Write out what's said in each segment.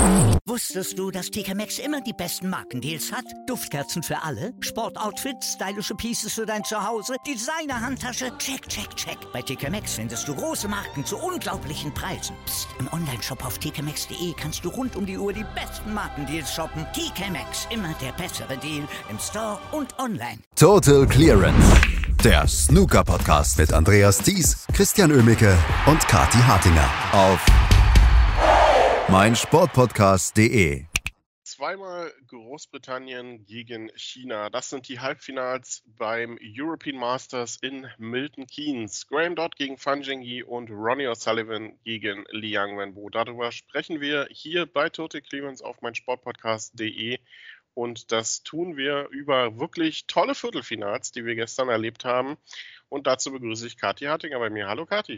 Wusstest du, dass TK Maxx immer die besten Markendeals hat? Duftkerzen für alle, Sportoutfits, stylische Pieces für dein Zuhause, Designer-Handtasche, check, check, check. Bei TK Maxx findest du große Marken zu unglaublichen Preisen. Psst. Im Onlineshop auf tkmaxx.de kannst du rund um die Uhr die besten Markendeals shoppen. TK Maxx, immer der bessere Deal im Store und online. Total Clearance, der Snooker-Podcast mit Andreas Thies, Christian Oemicke und Kathi Hartinger auf meinsportpodcast.de. Zweimal Großbritannien gegen China. Das sind die Halbfinals beim European Masters in Milton Keynes. Graham Dott gegen Fan Zhengyi und Ronnie O'Sullivan gegen Liang Wenbo. Darüber sprechen wir hier bei Total Clearance auf meinsportpodcast.de. Und das tun wir über wirklich tolle Viertelfinals, die wir gestern erlebt haben. Und dazu begrüße ich Kathi Hartinger bei mir. Hallo Kathi.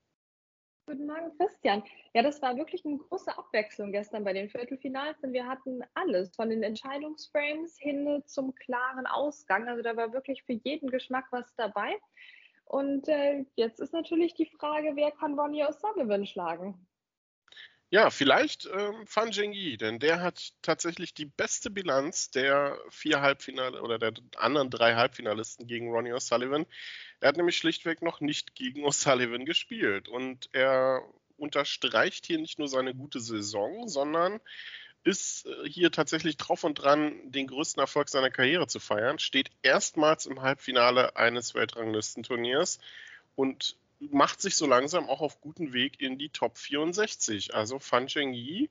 Guten Morgen, Christian. Ja, das war wirklich eine große Abwechslung gestern bei den Viertelfinals, denn wir hatten alles, von den Entscheidungsframes hin zum klaren Ausgang. Also da war wirklich für jeden Geschmack was dabei. Und jetzt ist natürlich die Frage, wer kann Ronnie O'Sullivan schlagen? Ja, vielleicht Fan Zhengyi, denn der hat tatsächlich die beste Bilanz der 4 Halbfinale oder der anderen 3 Halbfinalisten gegen Ronnie O'Sullivan. Er hat nämlich schlichtweg noch nicht gegen O'Sullivan gespielt und er unterstreicht hier nicht nur seine gute Saison, sondern ist hier tatsächlich drauf und dran, den größten Erfolg seiner Karriere zu feiern, steht erstmals im Halbfinale eines Weltranglistenturniers und macht sich so langsam auch auf guten Weg in die Top 64. Also Fan Zhengyi,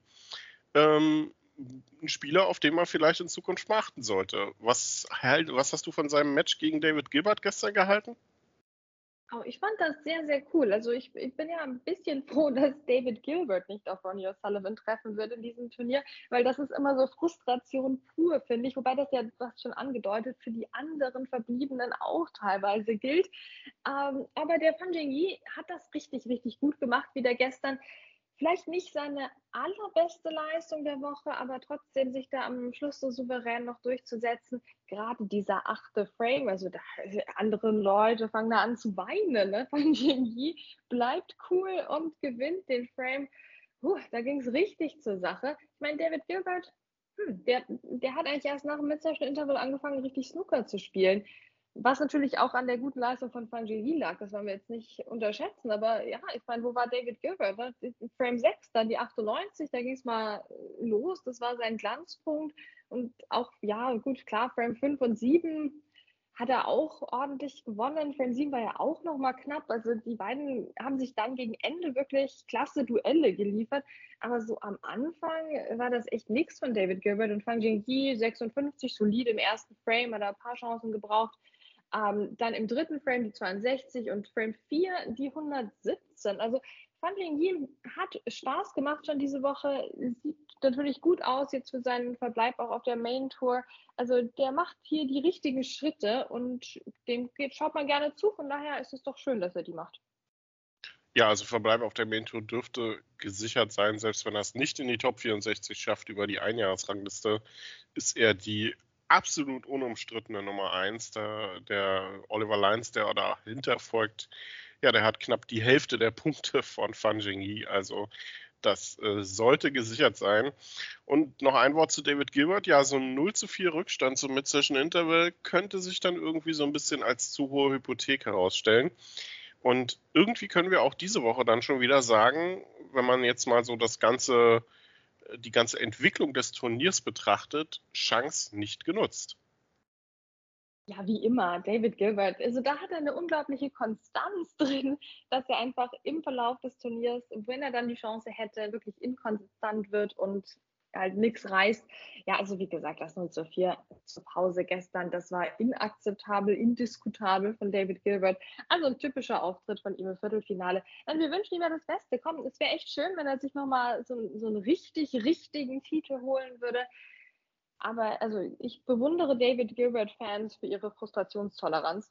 ein Spieler, auf den man vielleicht in Zukunft mal achten sollte. Was hast du von seinem Match gegen David Gilbert gestern gehalten? Oh, ich fand das sehr, sehr cool. Also ich bin ja ein bisschen froh, dass David Gilbert nicht auf Ronnie O'Sullivan treffen wird in diesem Turnier, weil das ist immer so Frustration pur, finde ich. Wobei das ja, du hast schon angedeutet, für die anderen Verbliebenen auch teilweise gilt. Aber der Fan Zhengyi hat das richtig, richtig gut gemacht, wieder gestern. Vielleicht nicht seine allerbeste Leistung der Woche, aber trotzdem sich da am Schluss so souverän noch durchzusetzen. Gerade dieser 8. Frame, also da, andere Leute fangen da an zu weinen. Ne? Fan Zhengyi bleibt cool und gewinnt den Frame. Da ging es richtig zur Sache. Ich meine, David Gilbert, der hat eigentlich erst nach dem Mid-Session Interval angefangen, richtig Snooker zu spielen. Was natürlich auch an der guten Leistung von Fan Zhengyi lag, das wollen wir jetzt nicht unterschätzen, aber ja, ich meine, wo war David Gilbert? Ne? Frame 6, dann die 98, da ging es mal los, das war sein Glanzpunkt und auch, ja gut, klar, Frame 5 und 7 hat er auch ordentlich gewonnen, Frame 7 war ja auch nochmal knapp, also die beiden haben sich dann gegen Ende wirklich klasse Duelle geliefert, aber so am Anfang war das echt nichts von David Gilbert und Fan Zhengyi 56, solide im ersten Frame, hat er ein paar Chancen gebraucht. Dann im dritten Frame die 62 und Frame 4 die 117. Also Fan Zhengyi hat Spaß gemacht schon diese Woche, sieht natürlich gut aus jetzt für seinen Verbleib auch auf der Main Tour. Also der macht hier die richtigen Schritte und schaut man gerne zu. Von daher ist es doch schön, dass er die macht. Ja, also Verbleib auf der Main Tour dürfte gesichert sein, selbst wenn er es nicht in die Top 64 schafft über die Einjahresrangliste, ist er die absolut unumstrittene Nummer 1. Der Oliver Lyons, der dahinter folgt, ja, der hat knapp die Hälfte der Punkte von Fan Zhengyi, also das sollte gesichert sein. Und noch ein Wort zu David Gilbert, ja, so ein 0:4 Rückstand zum Mid-Session Interval könnte sich dann irgendwie so ein bisschen als zu hohe Hypothek herausstellen. Und irgendwie können wir auch diese Woche dann schon wieder sagen, wenn man jetzt mal so die ganze Entwicklung des Turniers betrachtet, Chance nicht genutzt. Ja, wie immer, David Gilbert. Also da hat er eine unglaubliche Konstanz drin, dass er einfach im Verlauf des Turniers, wenn er dann die Chance hätte, wirklich inkonstant wird und halt nichts reißt. Ja, also wie gesagt, das 0:4 zur Pause gestern, das war inakzeptabel, indiskutabel von David Gilbert. Also ein typischer Auftritt von ihm im Viertelfinale. Also wir wünschen ihm ja das Beste. Komm, es wäre echt schön, wenn er sich nochmal so einen richtigen Titel holen würde. Aber also ich bewundere David Gilbert-Fans für ihre Frustrationstoleranz.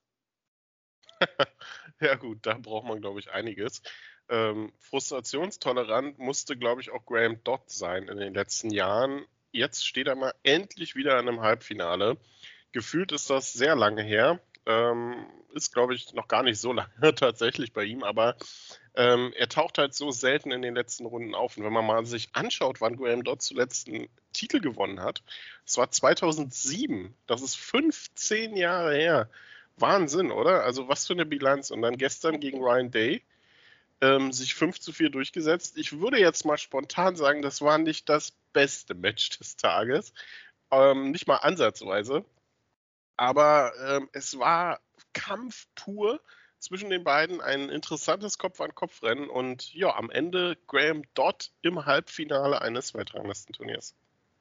Ja gut, da braucht man, glaube ich, einiges. Frustrationstolerant musste, glaube ich, auch Graham Dott sein in den letzten Jahren. Jetzt steht er mal endlich wieder in einem Halbfinale. Gefühlt ist das sehr lange her. Ist, glaube ich, noch gar nicht so lange tatsächlich bei ihm, aber Er taucht halt so selten in den letzten Runden auf. Und wenn man mal sich anschaut, wann Graham Dott zuletzt einen Titel gewonnen hat, das war 2007. Das ist 15 Jahre her. Wahnsinn, oder? Also was für eine Bilanz. Und dann gestern gegen Ryan Day sich 5-4 durchgesetzt. Ich würde jetzt mal spontan sagen, das war nicht das beste Match des Tages. Nicht mal ansatzweise. Aber es war Kampf pur zwischen den beiden, ein interessantes Kopf-an-Kopf-Rennen und ja, am Ende Graham Dott im Halbfinale eines Weltranglistenturniers.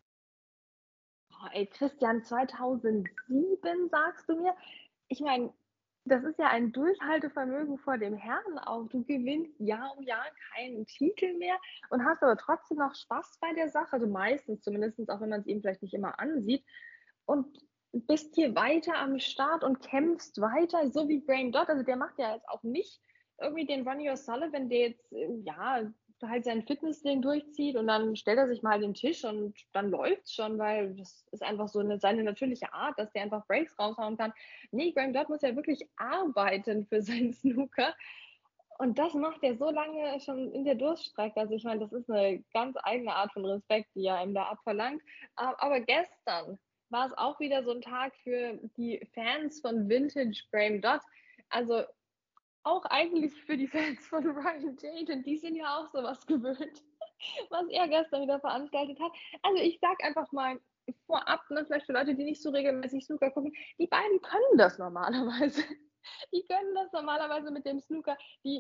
Oh, ey, Christian, 2007 sagst du mir? Ich meine, das ist ja ein Durchhaltevermögen vor dem Herrn auch. Du gewinnst Jahr um Jahr keinen Titel mehr und hast aber trotzdem noch Spaß bei der Sache. Also meistens zumindest, auch wenn man es ihm vielleicht nicht immer ansieht. Und bist hier weiter am Start und kämpfst weiter, so wie Graham Dott. Also der macht ja jetzt auch nicht irgendwie den Ronnie O'Sullivan, der jetzt, ja, halt sein Fitnessding durchzieht und dann stellt er sich mal den Tisch und dann läuft's schon, weil das ist einfach so seine natürliche Art, dass der einfach Breaks raushauen kann. Nee, Graham Dott muss ja wirklich arbeiten für seinen Snooker. Und das macht er so lange schon in der Durststrecke. Also ich meine, das ist eine ganz eigene Art von Respekt, die er ihm da abverlangt. Aber gestern war es auch wieder so ein Tag für die Fans von Vintage Graham Dott. Also auch eigentlich für die Fans von Ryan Day, denn die sind ja auch sowas gewöhnt, was er gestern wieder veranstaltet hat. Also ich sag einfach mal vorab, ne, vielleicht für Leute, die nicht so regelmäßig Snooker gucken, die beiden können das normalerweise. Die können das normalerweise mit dem Snooker.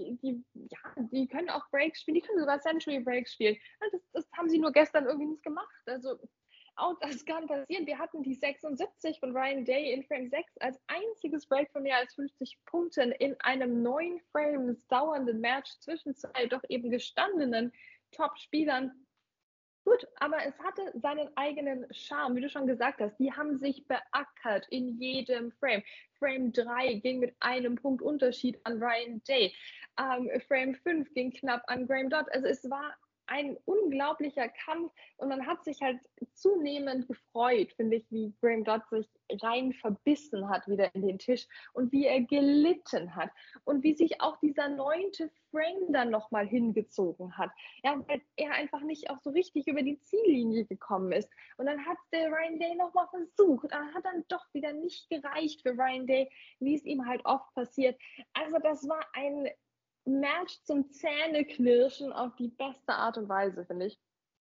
Die können auch Breaks spielen, die können sogar Century Breaks spielen. Das haben sie nur gestern irgendwie nicht gemacht. Also auch das kann passieren. Wir hatten die 76 von Ryan Day in Frame 6 als einziges Break von mehr als 50 Punkten in einem 9 Frames dauernden Match zwischen zwei doch eben gestandenen Top-Spielern. Gut, aber es hatte seinen eigenen Charme, wie du schon gesagt hast. Die haben sich beackert in jedem Frame. Frame 3 ging mit einem Punkt Unterschied an Ryan Day. Frame 5 ging knapp an Graham Dott. Also es war ein unglaublicher Kampf und man hat sich halt zunehmend gefreut, finde ich, wie Graham Dott sich rein verbissen hat wieder in den Tisch und wie er gelitten hat und wie sich auch dieser 9. Frame dann nochmal hingezogen hat. Ja, weil er einfach nicht auch so richtig über die Ziellinie gekommen ist. Und dann hat der Ryan Day nochmal versucht, aber hat dann doch wieder nicht gereicht für Ryan Day, wie es ihm halt oft passiert. Also das war ein Match zum Zähneknirschen auf die beste Art und Weise, finde ich.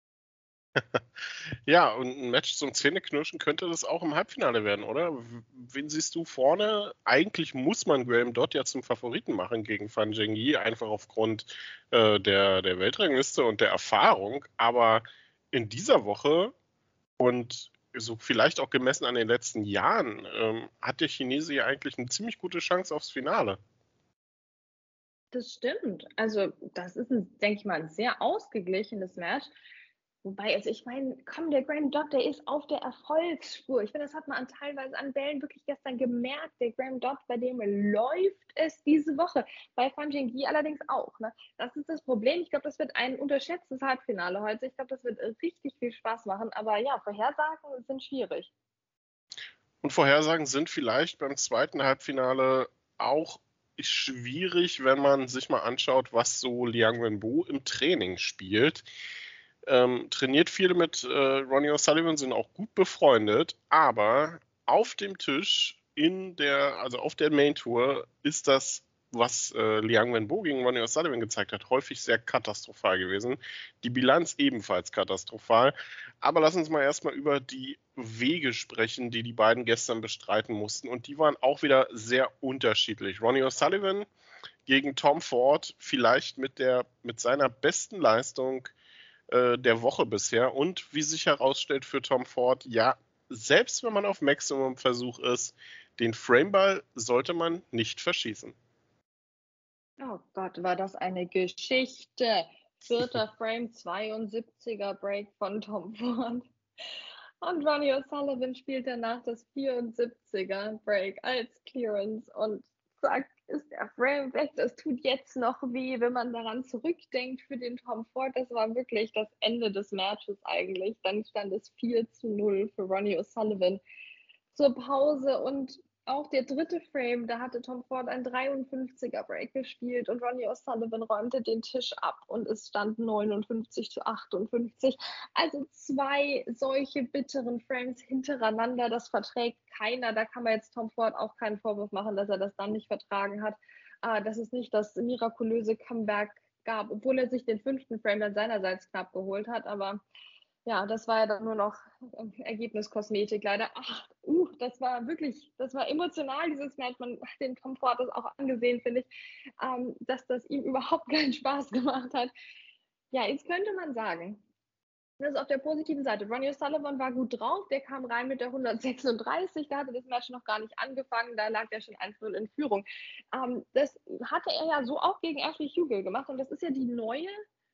Ja, und ein Match zum Zähneknirschen könnte das auch im Halbfinale werden, oder? Wen siehst du vorne? Eigentlich muss man Graham Dott ja zum Favoriten machen gegen Fan Zhengyi, einfach aufgrund der Weltrangliste und der Erfahrung. Aber in dieser Woche und so vielleicht auch gemessen an den letzten Jahren, hat der Chinese ja eigentlich eine ziemlich gute Chance aufs Finale. Das stimmt. Also das ist, denke ich mal, ein sehr ausgeglichenes Match. Wobei, also ich meine, komm, der Graham Dott, der ist auf der Erfolgsspur. Ich finde, das hat man teilweise an Bällen wirklich gestern gemerkt. Der Graham Dott, bei dem läuft es diese Woche. Bei Fan Zhengyi allerdings auch. Ne? Das ist das Problem. Ich glaube, das wird ein unterschätztes Halbfinale heute. Ich glaube, das wird richtig viel Spaß machen. Aber ja, Vorhersagen sind schwierig. Und Vorhersagen sind vielleicht beim zweiten Halbfinale auch schwierig, wenn man sich mal anschaut, was so Liang Wenbo im Training spielt. Trainiert viel mit Ronnie O'Sullivan, sind auch gut befreundet, aber auf dem Tisch also auf der Main Tour ist das, was Liang Wenbo gegen Ronnie O'Sullivan gezeigt hat, häufig sehr katastrophal gewesen. Die Bilanz ebenfalls katastrophal. Aber lass uns mal erstmal über die Wege sprechen, die die beiden gestern bestreiten mussten. Und die waren auch wieder sehr unterschiedlich. Ronnie O'Sullivan gegen Tom Ford, vielleicht mit seiner besten Leistung der Woche bisher. Und wie sich herausstellt für Tom Ford, ja, selbst wenn man auf Maximum-Versuch ist, den Frameball sollte man nicht verschießen. Oh Gott, war das eine Geschichte. 4. Frame, 72er Break von Tom Ford. Und Ronnie O'Sullivan spielt danach das 74er Break als Clearance und zack, ist der Frame weg. Das tut jetzt noch weh, wenn man daran zurückdenkt für den Tom Ford. Das war wirklich das Ende des Matches eigentlich. Dann stand es 4-0 für Ronnie O'Sullivan zur Pause und Auch der dritte Frame, da hatte Tom Ford ein 53er Break gespielt und Ronnie O'Sullivan räumte den Tisch ab und es stand 59-58. Also 2 solche bitteren Frames hintereinander, das verträgt keiner. Da kann man jetzt Tom Ford auch keinen Vorwurf machen, dass er das dann nicht vertragen hat. Dass es nicht das mirakulöse Comeback gab, obwohl er sich den 5. Frame dann seinerseits knapp geholt hat, aber ja, das war ja dann nur noch Ergebniskosmetik leider. Das war emotional, dieses Match. Man hat den Tom Ford das auch angesehen, finde ich, dass das ihm überhaupt keinen Spaß gemacht hat. Ja, jetzt könnte man sagen, das ist auf der positiven Seite. Ronnie O'Sullivan war gut drauf, der kam rein mit der 136, da hatte das Match noch gar nicht angefangen, da lag er schon 1-0 in Führung. Das hatte er ja so auch gegen Ashley Hugel gemacht und das ist ja die neue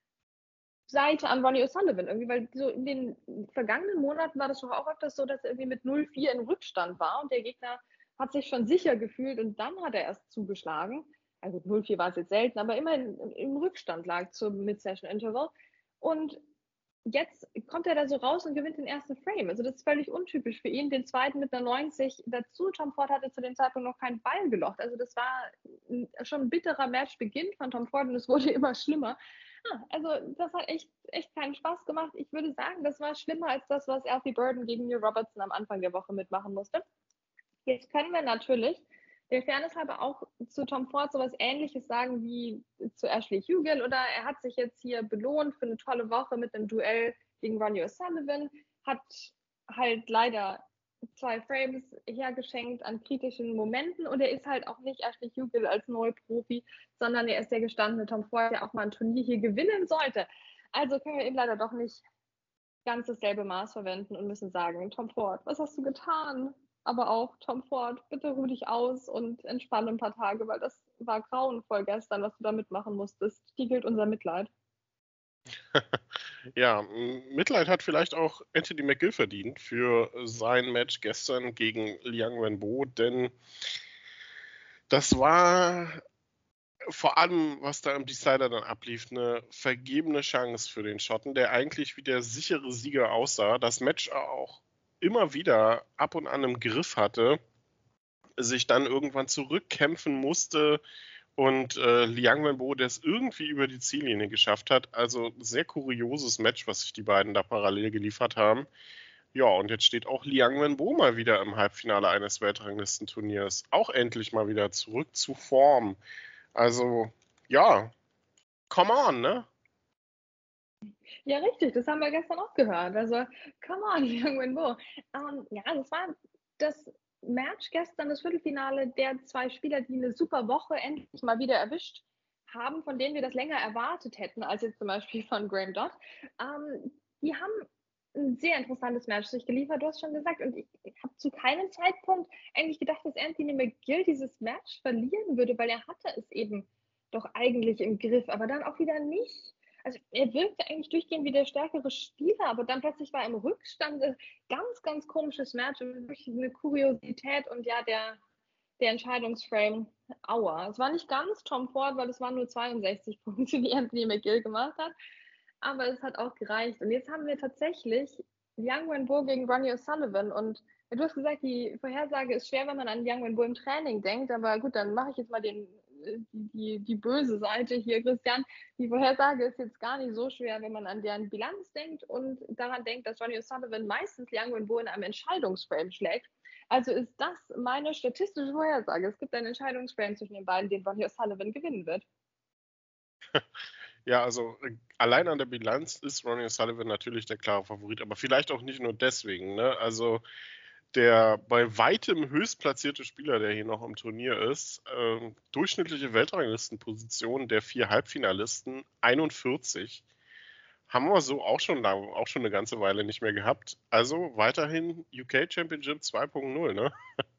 Seite an Ronnie O'Sullivan irgendwie, weil so in den vergangenen Monaten war das doch auch öfters so, dass er irgendwie mit 0-4 in Rückstand war und der Gegner hat sich schon sicher gefühlt und dann hat er erst zugeschlagen. Also 0-4 war es jetzt selten, aber immerhin im Rückstand lag zum Mid-Session-Interval. Und jetzt kommt er da so raus und gewinnt den ersten Frame. Also das ist völlig untypisch für ihn. Den zweiten mit einer 90 dazu. Tom Ford hatte zu dem Zeitpunkt noch keinen Ball gelocht. Also das war schon ein bitterer Matchbeginn von Tom Ford und es wurde immer schlimmer. Also das hat echt keinen Spaß gemacht. Ich würde sagen, das war schlimmer als das, was Alfie Burden gegen Neil Robertson am Anfang der Woche mitmachen musste. Jetzt können wir natürlich der Fairness halber auch zu Tom Ford sowas Ähnliches sagen wie zu Ashley Hugel oder er hat sich jetzt hier belohnt für eine tolle Woche mit einem Duell gegen Ronnie O'Sullivan, hat halt leider 2 Frames hergeschenkt an kritischen Momenten und er ist halt auch nicht Ashley Hugel als Neuprofi, sondern er ist der gestandene Tom Ford, der auch mal ein Turnier hier gewinnen sollte. Also können wir eben leider doch nicht ganz dasselbe Maß verwenden und müssen sagen, Tom Ford, was hast du getan? Aber auch, Tom Ford, bitte ruh dich aus und entspanne ein paar Tage, weil das war grauenvoll gestern, was du da mitmachen musstest. Die gilt unser Mitleid. Ja, Mitleid hat vielleicht auch Anthony McGill verdient für sein Match gestern gegen Liang Wenbo, denn das war vor allem, was da im Decider dann ablief, eine vergebene Chance für den Schotten, der eigentlich wie der sichere Sieger aussah, das Match auch immer wieder ab und an im Griff hatte, sich dann irgendwann zurückkämpfen musste und Liang Wenbo, der es irgendwie über die Ziellinie geschafft hat. Also sehr kurioses Match, was sich die beiden da parallel geliefert haben. Ja, und jetzt steht auch Liang Wenbo mal wieder im Halbfinale eines Weltranglistenturniers. Auch endlich mal wieder zurück zu Form. Also, ja, come on, ne? Ja, richtig, das haben wir gestern auch gehört. Also, come on, Liang Wenbo. Ja, das war das Match gestern, das Viertelfinale der 2 Spieler, die eine super Woche endlich mal wieder erwischt haben, von denen wir das länger erwartet hätten, als jetzt zum Beispiel von Graham Dodd. Die haben ein sehr interessantes Match sich geliefert, du hast schon gesagt. Und ich habe zu keinem Zeitpunkt eigentlich gedacht, dass Anthony McGill dieses Match verlieren würde, weil er hatte es eben doch eigentlich im Griff, aber dann auch wieder nicht. Also er wirkte eigentlich durchgehend wie der stärkere Spieler, aber dann plötzlich war er im Rückstand. Ganz, ganz komisches Match und wirklich eine Kuriosität und ja, der Entscheidungsframe, aua. Es war nicht ganz Tom Ford, weil es waren nur 62 Punkte, die Anthony McGill gemacht hat, aber es hat auch gereicht. Und jetzt haben wir tatsächlich Liang Wenbo gegen Ronnie O'Sullivan und du hast gesagt, die Vorhersage ist schwer, wenn man an Liang Wenbo im Training denkt, aber gut, dann mache ich jetzt mal die böse Seite hier, Christian. Die Vorhersage ist jetzt gar nicht so schwer, wenn man an deren Bilanz denkt und daran denkt, dass Ronnie O'Sullivan meistens Liang Wenbo in einem Entscheidungsframe schlägt. Also ist das meine statistische Vorhersage. Es gibt einen Entscheidungsframe zwischen den beiden, den Ronnie O'Sullivan gewinnen wird. Ja, also allein an der Bilanz ist Ronnie O'Sullivan natürlich der klare Favorit, aber vielleicht auch nicht nur deswegen, ne? Also der bei weitem höchstplatzierte Spieler, der hier noch im Turnier ist, durchschnittliche Weltranglistenposition der 4 Halbfinalisten 41. Haben wir so auch schon eine ganze Weile nicht mehr gehabt. Also weiterhin UK Championship 2.0, ne?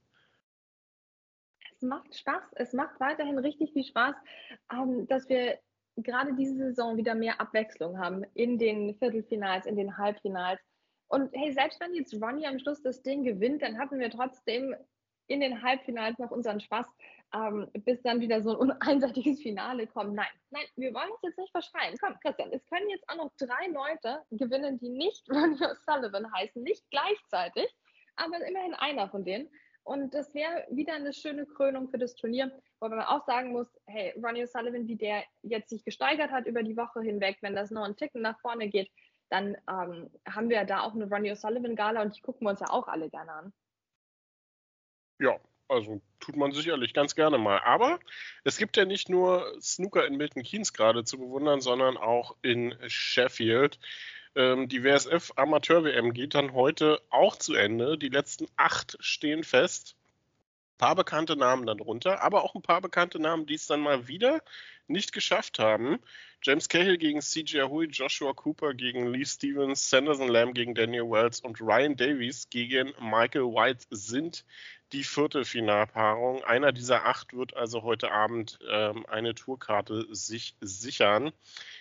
Es macht Spaß. Es macht weiterhin richtig viel Spaß, dass wir gerade diese Saison wieder mehr Abwechslung haben in den Viertelfinals, in den Halbfinals. Und hey, selbst wenn jetzt Ronnie am Schluss das Ding gewinnt, dann hatten wir trotzdem in den Halbfinals noch unseren Spaß, bis dann wieder so ein einseitiges Finale kommt. Nein, wir wollen uns jetzt nicht verschreien. Komm, Christian, es können jetzt auch noch 3 Leute gewinnen, die nicht Ronnie O'Sullivan heißen, nicht gleichzeitig, aber immerhin einer von denen. Und das wäre wieder eine schöne Krönung für das Turnier, wo man auch sagen muss, hey, Ronnie O'Sullivan, wie der jetzt sich gesteigert hat über die Woche hinweg, wenn das noch einen Ticken nach vorne geht, dann haben wir da auch eine Ronnie O'Sullivan-Gala und die gucken wir uns ja auch alle gerne an. Ja, also tut man sicherlich ganz gerne mal. Aber es gibt ja nicht nur Snooker in Milton Keynes gerade zu bewundern, sondern auch in Sheffield. Die WSF Amateur-WM geht dann heute auch zu Ende. Die letzten 8 stehen fest. Ein paar bekannte Namen dann drunter, aber auch ein paar bekannte Namen, die es dann mal wieder nicht geschafft haben. James Cahill gegen C.J. Hui, Joshua Cooper gegen Lee Stevens, Sanderson Lamb gegen Daniel Wells und Ryan Davies gegen Michael White sind die Viertelfinalpaarung. Einer dieser 8 wird also heute Abend eine Tourkarte sich sichern.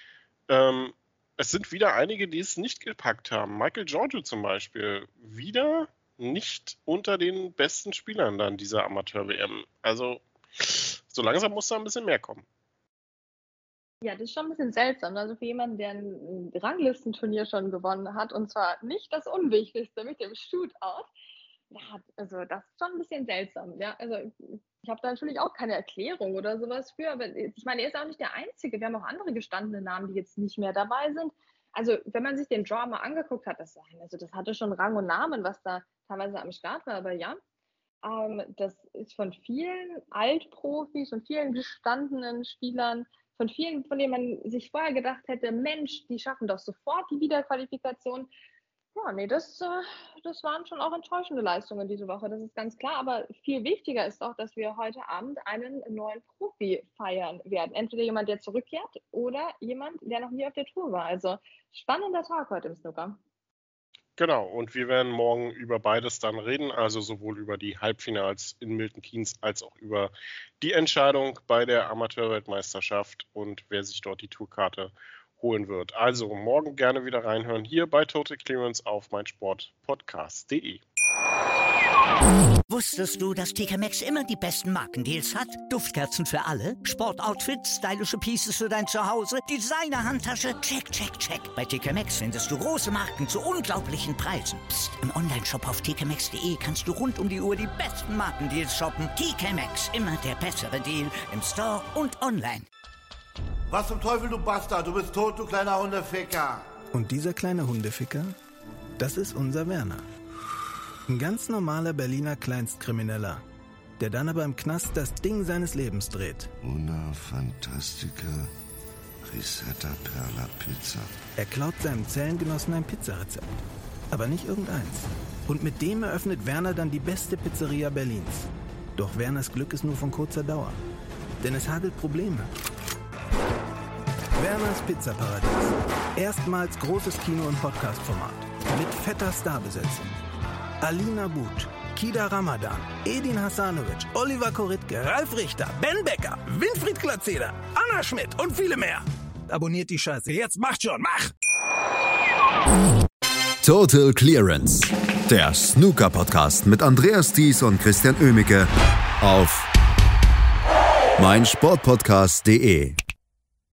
Es sind wieder einige, die es nicht gepackt haben. Michael Giorgio zum Beispiel wieder nicht unter den besten Spielern dann dieser Amateur-WM. Also so langsam muss da ein bisschen mehr kommen. Ja, das ist schon ein bisschen seltsam. Also für jemanden, der ein Ranglistenturnier schon gewonnen hat, und zwar nicht das Unwichtigste mit dem Shootout, ja, also das ist schon ein bisschen seltsam. Ja, also ich habe da natürlich auch keine Erklärung oder sowas für, aber ich meine, er ist auch nicht der Einzige. Wir haben auch andere gestandene Namen, die jetzt nicht mehr dabei sind. Also wenn man sich den Draw mal angeguckt hat, das hatte schon Rang und Namen, was da teilweise am Start war, aber ja, das ist von vielen Altprofis, von vielen gestandenen Spielern, von vielen, von denen man sich vorher gedacht hätte, Mensch, die schaffen doch sofort die Wiederqualifikation. Ja, nee, das waren schon auch enttäuschende Leistungen diese Woche, das ist ganz klar. Aber viel wichtiger ist auch, dass wir heute Abend einen neuen Profi feiern werden. Entweder jemand, der zurückkehrt oder jemand, der noch nie auf der Tour war. Also spannender Tag heute im Snooker. Genau, und wir werden morgen über beides dann reden, also sowohl über die Halbfinals in Milton Keynes als auch über die Entscheidung bei der Amateurweltmeisterschaft und wer sich dort die Tourkarte holen wird. Also morgen gerne wieder reinhören hier bei Total Clearance auf meinsportpodcast.de. Wusstest du, dass TK Maxx immer die besten Markendeals hat? Duftkerzen für alle, Sportoutfits, stylische Pieces für dein Zuhause, Designer-Handtasche, check, check, check. Bei TK Maxx findest du große Marken zu unglaublichen Preisen. Psst. Im Onlineshop auf tkmaxx.de kannst du rund um die Uhr die besten Markendeals shoppen. TK Maxx, immer der bessere Deal im Store und online. Was zum Teufel, du Bastard? Du bist tot, du kleiner Hundeficker. Und dieser kleine Hundeficker, das ist unser Werner. Ein ganz normaler Berliner Kleinstkrimineller, der dann aber im Knast das Ding seines Lebens dreht. Una Fantastica Risetta Perla Pizza. Er klaut seinem Zellengenossen ein Pizzarezept, aber nicht irgendeins. Und mit dem eröffnet Werner dann die beste Pizzeria Berlins. Doch Werners Glück ist nur von kurzer Dauer, denn es hagelt Probleme. Werners Pizzaparadies. Erstmals großes Kino- und Podcast-Format. Mit fetter Starbesetzung. Alina But, Kida Ramadan, Edin Hasanovic, Oliver Koritke, Ralf Richter, Ben Becker, Winfried Glatzeder, Anna Schmidt und viele mehr. Abonniert die Scheiße. Jetzt macht schon, mach! Total Clearance. Der Snooker-Podcast mit Andreas Thies und Christian Oemicke auf meinsportpodcast.de.